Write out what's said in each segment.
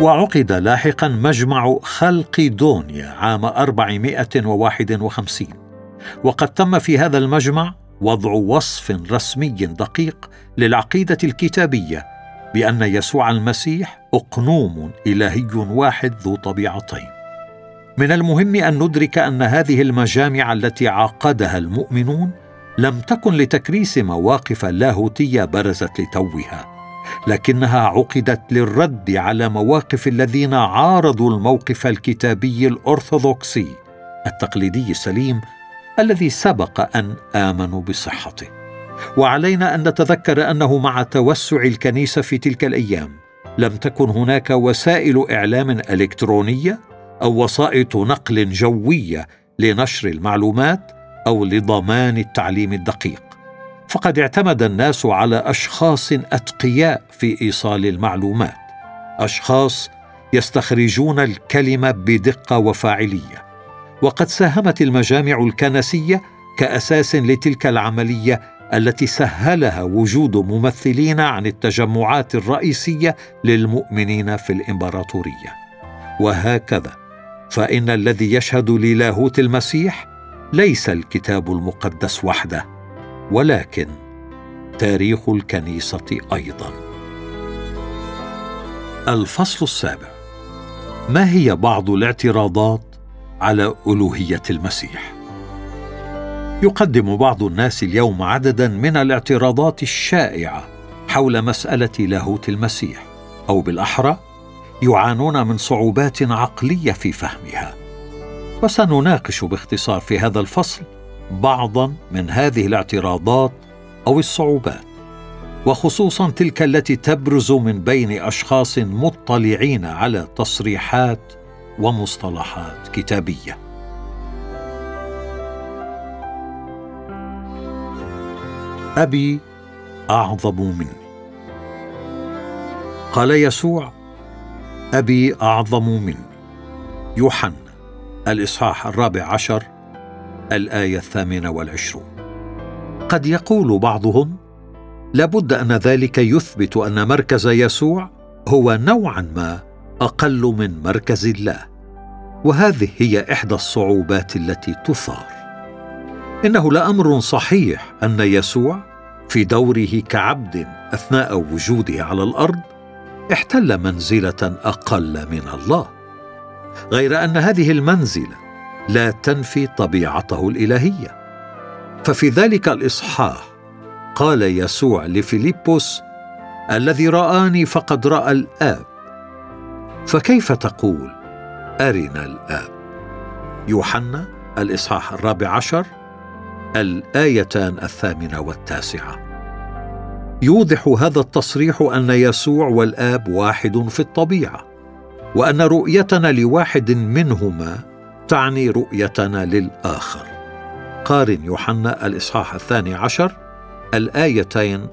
وعقد لاحقا مجمع خلقيدونيا عام 451، وقد تم في هذا المجمع وضع وصف رسمي دقيق للعقيدة الكتابية بأن يسوع المسيح أقنوم إلهي واحد ذو طبيعتين. من المهم أن ندرك أن هذه المجامع التي عقدها المؤمنون لم تكن لتكريس مواقف لاهوتية برزت لتوها، لكنها عقدت للرد على مواقف الذين عارضوا الموقف الكتابي الأرثوذكسي التقليدي السليم الذي سبق أن آمنوا بصحته. وعلينا أن نتذكر أنه مع توسع الكنيسة في تلك الأيام لم تكن هناك وسائل إعلام إلكترونية أو وسائط نقل جوية لنشر المعلومات أو لضمان التعليم الدقيق، فقد اعتمد الناس على أشخاص أتقياء في إيصال المعلومات، أشخاص يستخرجون الكلمة بدقة وفاعلية. وقد ساهمت المجامع الكنسية كأساس لتلك العملية التي سهلها وجود ممثلين عن التجمعات الرئيسية للمؤمنين في الإمبراطورية. وهكذا فإن الذي يشهد للاهوت المسيح ليس الكتاب المقدس وحده، ولكن تاريخ الكنيسة أيضا. الفصل 7: ما هي بعض الاعتراضات على ألوهية المسيح؟ يقدم بعض الناس اليوم عددا من الاعتراضات الشائعة حول مسألة لاهوت المسيح، أو بالأحرى يعانون من صعوبات عقلية في فهمها. وسنناقش باختصار في هذا الفصل بعضا من هذه الاعتراضات أو الصعوبات، وخصوصا تلك التي تبرز من بين أشخاص مطلعين على تصريحات ومصطلحات كتابية. أبي أعظم مني. قال يسوع: أبي أعظم مني. يوحنا الإصحاح 14 الآية 28. قد يقول بعضهم: لابد أن ذلك يثبت أن مركز يسوع هو نوعا ما أقل من مركز الله، وهذه هي إحدى الصعوبات التي تثار. إنه لأمر صحيح أن يسوع في دوره كعبد أثناء وجوده على الأرض احتل منزلة أقل من الله، غير أن هذه المنزلة لا تنفي طبيعته الإلهية. ففي ذلك الإصحاح قال يسوع لفيلبس: الذي رآني فقد رأى الآب، فكيف تقول أرنا الآب؟ يوحنا الإصحاح 14 الآيتان 8 و9. يوضح هذا التصريح أن يسوع والآب واحد في الطبيعة، وأن رؤيتنا لواحد منهما تعني رؤيتنا للآخر. قارن يوحنا الإصحاح 12 الآيتين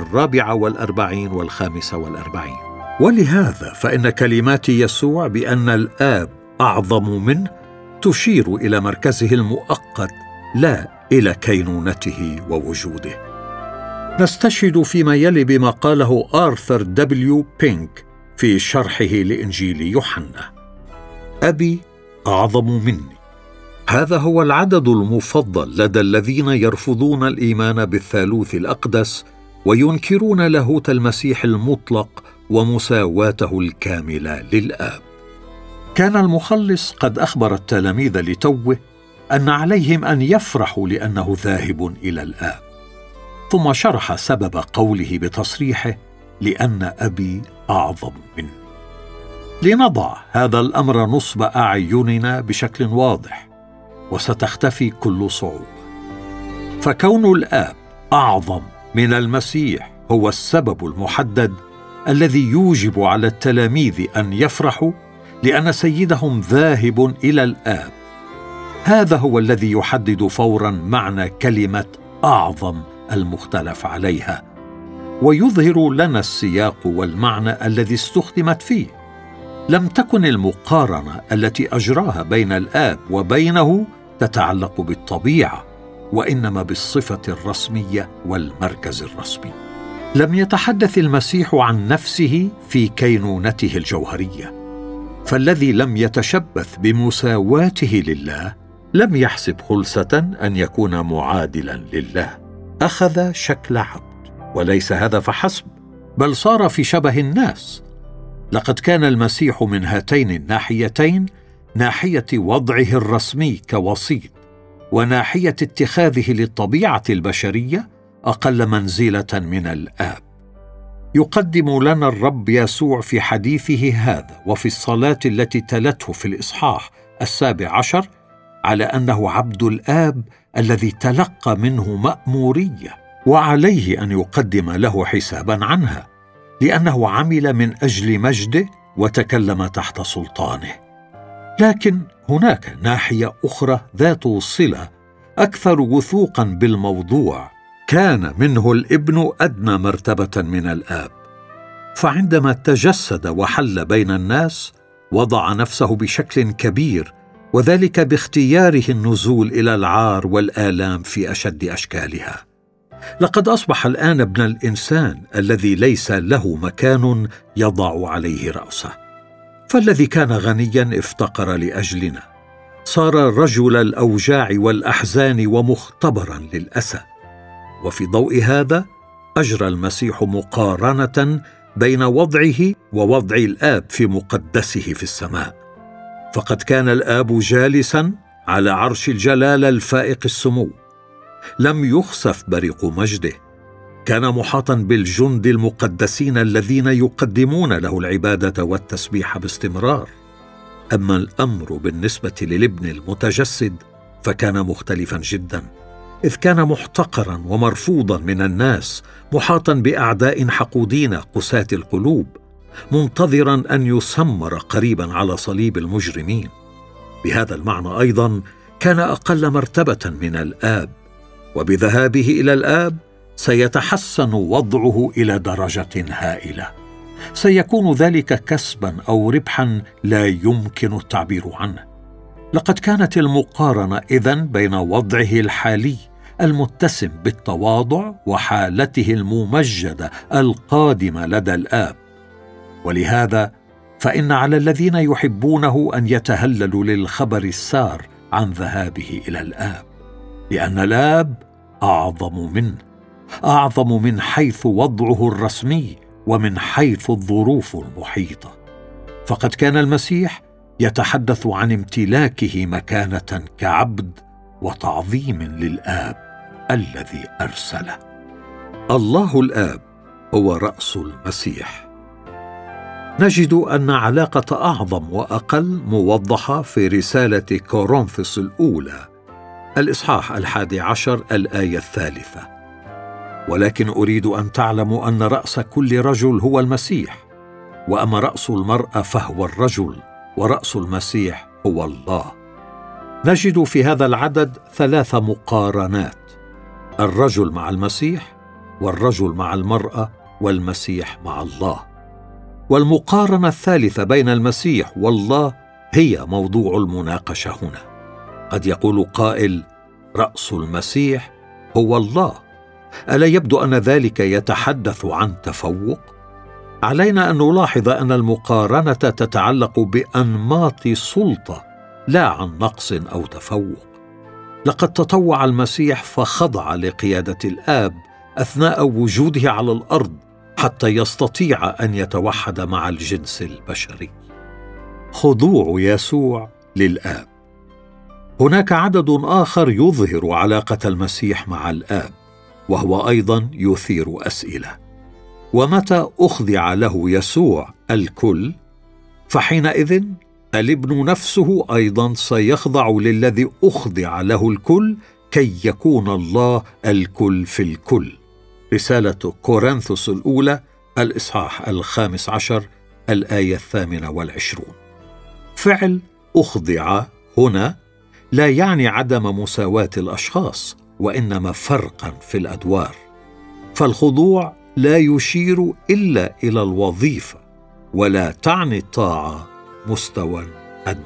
44 و45. ولهذا فإن كلمات يسوع بأن الآب أعظم منه تشير إلى مركزه المؤقت، لا إلى كينونته ووجوده. نستشهد فيما يلي بما قاله آرثر دبليو بينك في شرحه لإنجيل يوحنا: أبي أعظم مني. هذا هو العدد المفضل لدى الذين يرفضون الإيمان بالثالوث الأقدس وينكرون لاهوت المسيح المطلق ومساواته الكاملة للآب. كان المخلص قد أخبر التلاميذ لتوه أن عليهم أن يفرحوا لأنه ذاهب إلى الآب، ثم شرح سبب قوله بتصريحه: لأن أبي أعظم مني. لنضع هذا الأمر نصب أعيننا بشكل واضح، وستختفي كل صعوبة. فكون الآب أعظم من المسيح هو السبب المحدد الذي يوجب على التلاميذ أن يفرحوا لأن سيدهم ذاهب إلى الآب. هذا هو الذي يحدد فوراً معنى كلمة أعظم المختلف عليها، ويظهر لنا السياق والمعنى الذي استخدمت فيه. لم تكن المقارنة التي أجراها بين الآب وبينه تتعلق بالطبيعة، وإنما بالصفة الرسمية والمركز الرسمي. لم يتحدث المسيح عن نفسه في كينونته الجوهرية، فالذي لم يتشبث بمساواته لله لم يحسب خلسة أن يكون معادلا لله، أخذ شكل عبد. وليس هذا فحسب، بل صار في شبه الناس. لقد كان المسيح من هاتين الناحيتين، ناحية وضعه الرسمي كوسيط وناحية اتخاذه للطبيعة البشرية، أقل منزلة من الآب. يقدم لنا الرب يسوع في حديثه هذا وفي الصلاة التي تلته في الإصحاح 17 على أنه عبد الآب الذي تلقى منه مأمورية، وعليه أن يقدم له حسابا عنها، لأنه عمل من أجل مجده وتكلم تحت سلطانه. لكن هناك ناحية أخرى ذات صلة أكثر وثوقا بالموضوع. كان منه الابن أدنى مرتبة من الآب، فعندما تجسد وحل بين الناس وضع نفسه بشكل كبير، وذلك باختياره النزول إلى العار والآلام في أشد أشكالها. لقد أصبح الآن ابن الإنسان الذي ليس له مكان يضع عليه رأسه، فالذي كان غنيا افتقر لأجلنا، صار رجل الأوجاع والأحزان ومختبرا للأسى. وفي ضوء هذا أجرى المسيح مقارنة بين وضعه ووضع الآب في مقدسه في السماء. فقد كان الآب جالسا على عرش الجلالة الفائق السمو، لم يخسف بريق مجده، كان محاطا بالجند المقدسين الذين يقدمون له العبادة والتسبيح باستمرار. أما الأمر بالنسبة للابن المتجسد فكان مختلفا جدا، إذ كان محتقرا ومرفوضا من الناس، محاطا بأعداء حقودين قساة القلوب، منتظرا أن يسمر قريبا على صليب المجرمين. بهذا المعنى أيضا كان أقل مرتبة من الآب، وبذهابه إلى الآب سيتحسن وضعه إلى درجة هائلة. سيكون ذلك كسبا أو ربحا لا يمكن التعبير عنه. لقد كانت المقارنة إذن بين وضعه الحالي المتسم بالتواضع وحالته الممجدة القادمة لدى الآب. ولهذا فإن على الذين يحبونه أن يتهللوا للخبر السار عن ذهابه إلى الآب، لأن الآب أعظم من حيث وضعه الرسمي ومن حيث الظروف المحيطة. فقد كان المسيح يتحدث عن امتلاكه مكانة كعبد وتعظيم للآب الذي أرسله. الله الآب هو رأس المسيح. نجد أن علاقة أعظم وأقل موضحة في رسالة كورنثوس الأولى الإصحاح 11 الآية 3: ولكن أريد أن تعلموا أن رأس كل رجل هو المسيح، وأما رأس المرأة فهو الرجل، ورأس المسيح هو الله. نجد في هذا العدد 3 مقارنات: الرجل مع المسيح، والرجل مع المرأة، والمسيح مع الله. والمقارنة الثالثة بين المسيح والله هي موضوع المناقشة هنا. قد يقول قائل: رأس المسيح هو الله، ألا يبدو أن ذلك يتحدث عن تفوق؟ علينا أن نلاحظ أن المقارنة تتعلق بأنماط سلطة لا عن نقص أو تفوق. لقد تطوع المسيح فخضع لقيادة الآب أثناء وجوده على الأرض حتى يستطيع أن يتوحد مع الجنس البشري. خضوع يسوع للآب. هناك عدد آخر يظهر علاقة المسيح مع الآب، وهو أيضا يثير أسئلة: ومتى أخضع له يسوع الكل، فحينئذ الابن نفسه أيضا سيخضع للذي أخضع له الكل كي يكون الله الكل في الكل. رسالة كورنثوس الأولى الإصحاح 15 الآية 28. فعل أخضع هنا لا يعني عدم مساواة الأشخاص، وإنما فرقا في الأدوار. فالخضوع لا يشير إلا إلى الوظيفة، ولا تعني الطاعة مستوى أدنى.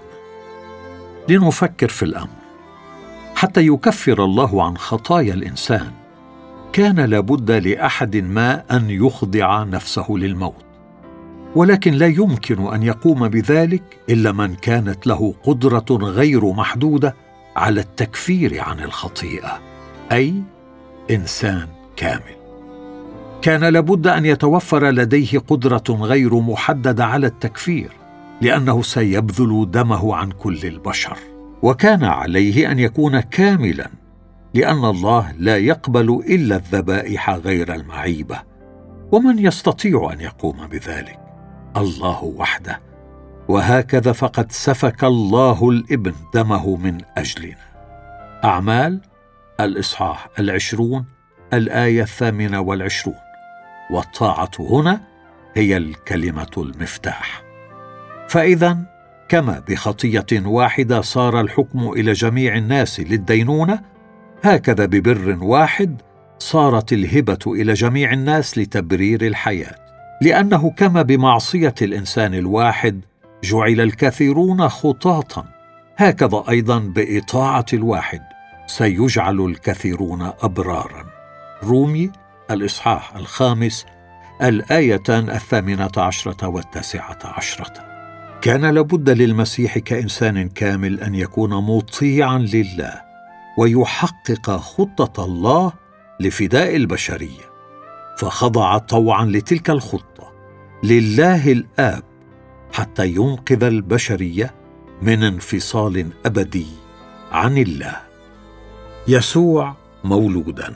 لنفكر في الأمر. حتى يكفر الله عن خطايا الإنسان كان لابد لأحد ما أن يخضع نفسه للموت. ولكن لا يمكن أن يقوم بذلك إلا من كانت له قدرة غير محدودة على التكفير عن الخطيئة، أي إنسان كامل. كان لابد أن يتوفر لديه قدرة غير محددة على التكفير، لأنه سيبذل دمه عن كل البشر، وكان عليه أن يكون كاملا، لأن الله لا يقبل إلا الذبائح غير المعيبة. ومن يستطيع أن يقوم بذلك؟ الله وحده. وهكذا فقد سفك الله الابن دمه من أجلنا. أعمال الإصحاح 20 الآية 28. والطاعة هنا هي الكلمة المفتاح. فإذا كما بخطية واحدة صار الحكم إلى جميع الناس للدينونة، هكذا ببر واحد صارت الهبة إلى جميع الناس لتبرير الحياة. لأنه كما بمعصية الإنسان الواحد جعل الكثيرون خطاطا، هكذا أيضا بإطاعة الواحد سيجعل الكثيرون أبرارا. رومي الإصحاح 5 الآية 18 و19. كان لابد للمسيح كإنسان كامل أن يكون مطيعا لله ويحقق خطة الله لفداء البشرية، فخضع طوعا لتلك الخطة لله الآب حتى ينقذ البشرية من انفصال أبدي عن الله. يسوع مولودا.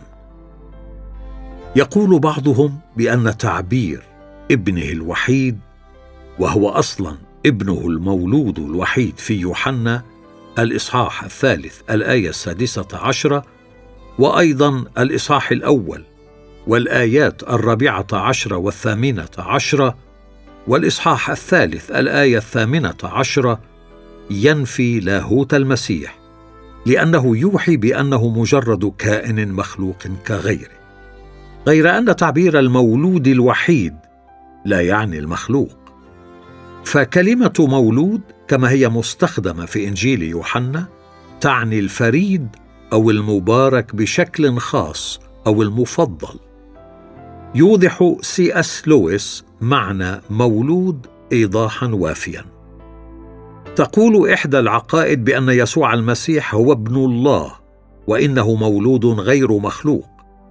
يقول بعضهم بأن تعبير ابنه الوحيد، وهو أصلا ابنه المولود الوحيد في يوحنا الإصحاح 3 الآية 16 وأيضا الإصحاح 1 والآيات 14 و18 والإصحاح 3 الآية 18 ينفي لاهوت المسيح، لأنه يوحي بأنه مجرد كائن مخلوق كغيره، غير أن تعبير المولود الوحيد لا يعني المخلوق. فكلمة مولود كما هي مستخدمة في إنجيل يوحنا تعني الفريد أو المبارك بشكل خاص أو المفضل. يوضح C.S. لويس معنى مولود إيضاحا وافيا. تقول إحدى العقائد بأن يسوع المسيح هو ابن الله وإنه مولود غير مخلوق،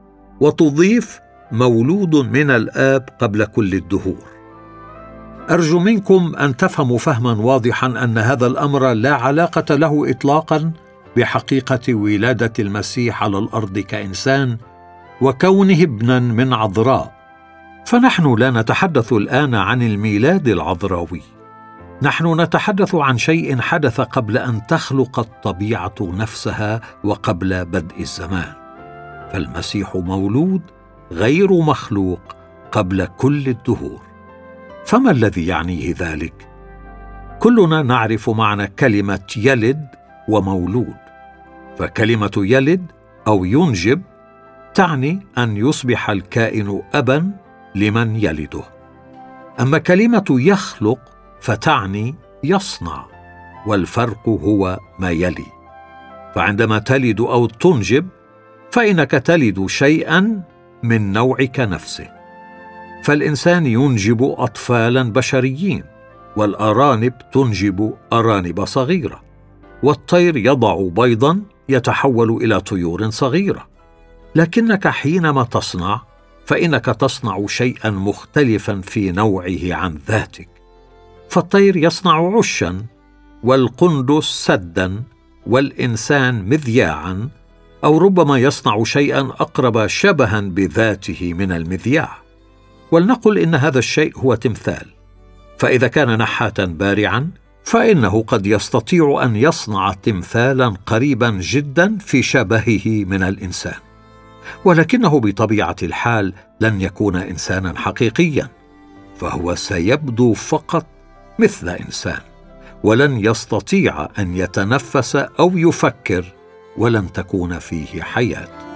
وتضيف مولود من الآب قبل كل الدهور. أرجو منكم أن تفهموا فهما واضحا أن هذا الأمر لا علاقة له إطلاقا بحقيقة ولادة المسيح على الأرض كإنسان وكونه ابنا من عذراء. فنحن لا نتحدث الآن عن الميلاد العذراوي، نحن نتحدث عن شيء حدث قبل أن تخلق الطبيعة نفسها وقبل بدء الزمان. فالمسيح مولود غير مخلوق قبل كل الدهور. فما الذي يعنيه ذلك؟ كلنا نعرف معنى كلمة يلد ومولود. فكلمة يلد أو ينجب تعني أن يصبح الكائن أبا لمن يلده. أما كلمة يخلق فتعني يصنع، والفرق هو ما يلي. فعندما تلد أو تنجب فإنك تلد شيئا من نوعك نفسه. فالإنسان ينجب أطفالا بشريين، والأرانب تنجب أرانب صغيرة، والطير يضع بيضا يتحول إلى طيور صغيرة. لكنك حينما تصنع فإنك تصنع شيئا مختلفا في نوعه عن ذاتك. فالطير يصنع عشا، والقندس سدا، والإنسان مذياعا، أو ربما يصنع شيئا أقرب شبها بذاته من المذياع. ولنقل إن هذا الشيء هو تمثال، فإذا كان نحاتا بارعا فإنه قد يستطيع أن يصنع تمثالا قريبا جدا في شبهه من الإنسان، ولكنه بطبيعة الحال لن يكون إنسانا حقيقيا، فهو سيبدو فقط مثل إنسان، ولن يستطيع أن يتنفس أو يفكر، ولن تكون فيه حياة.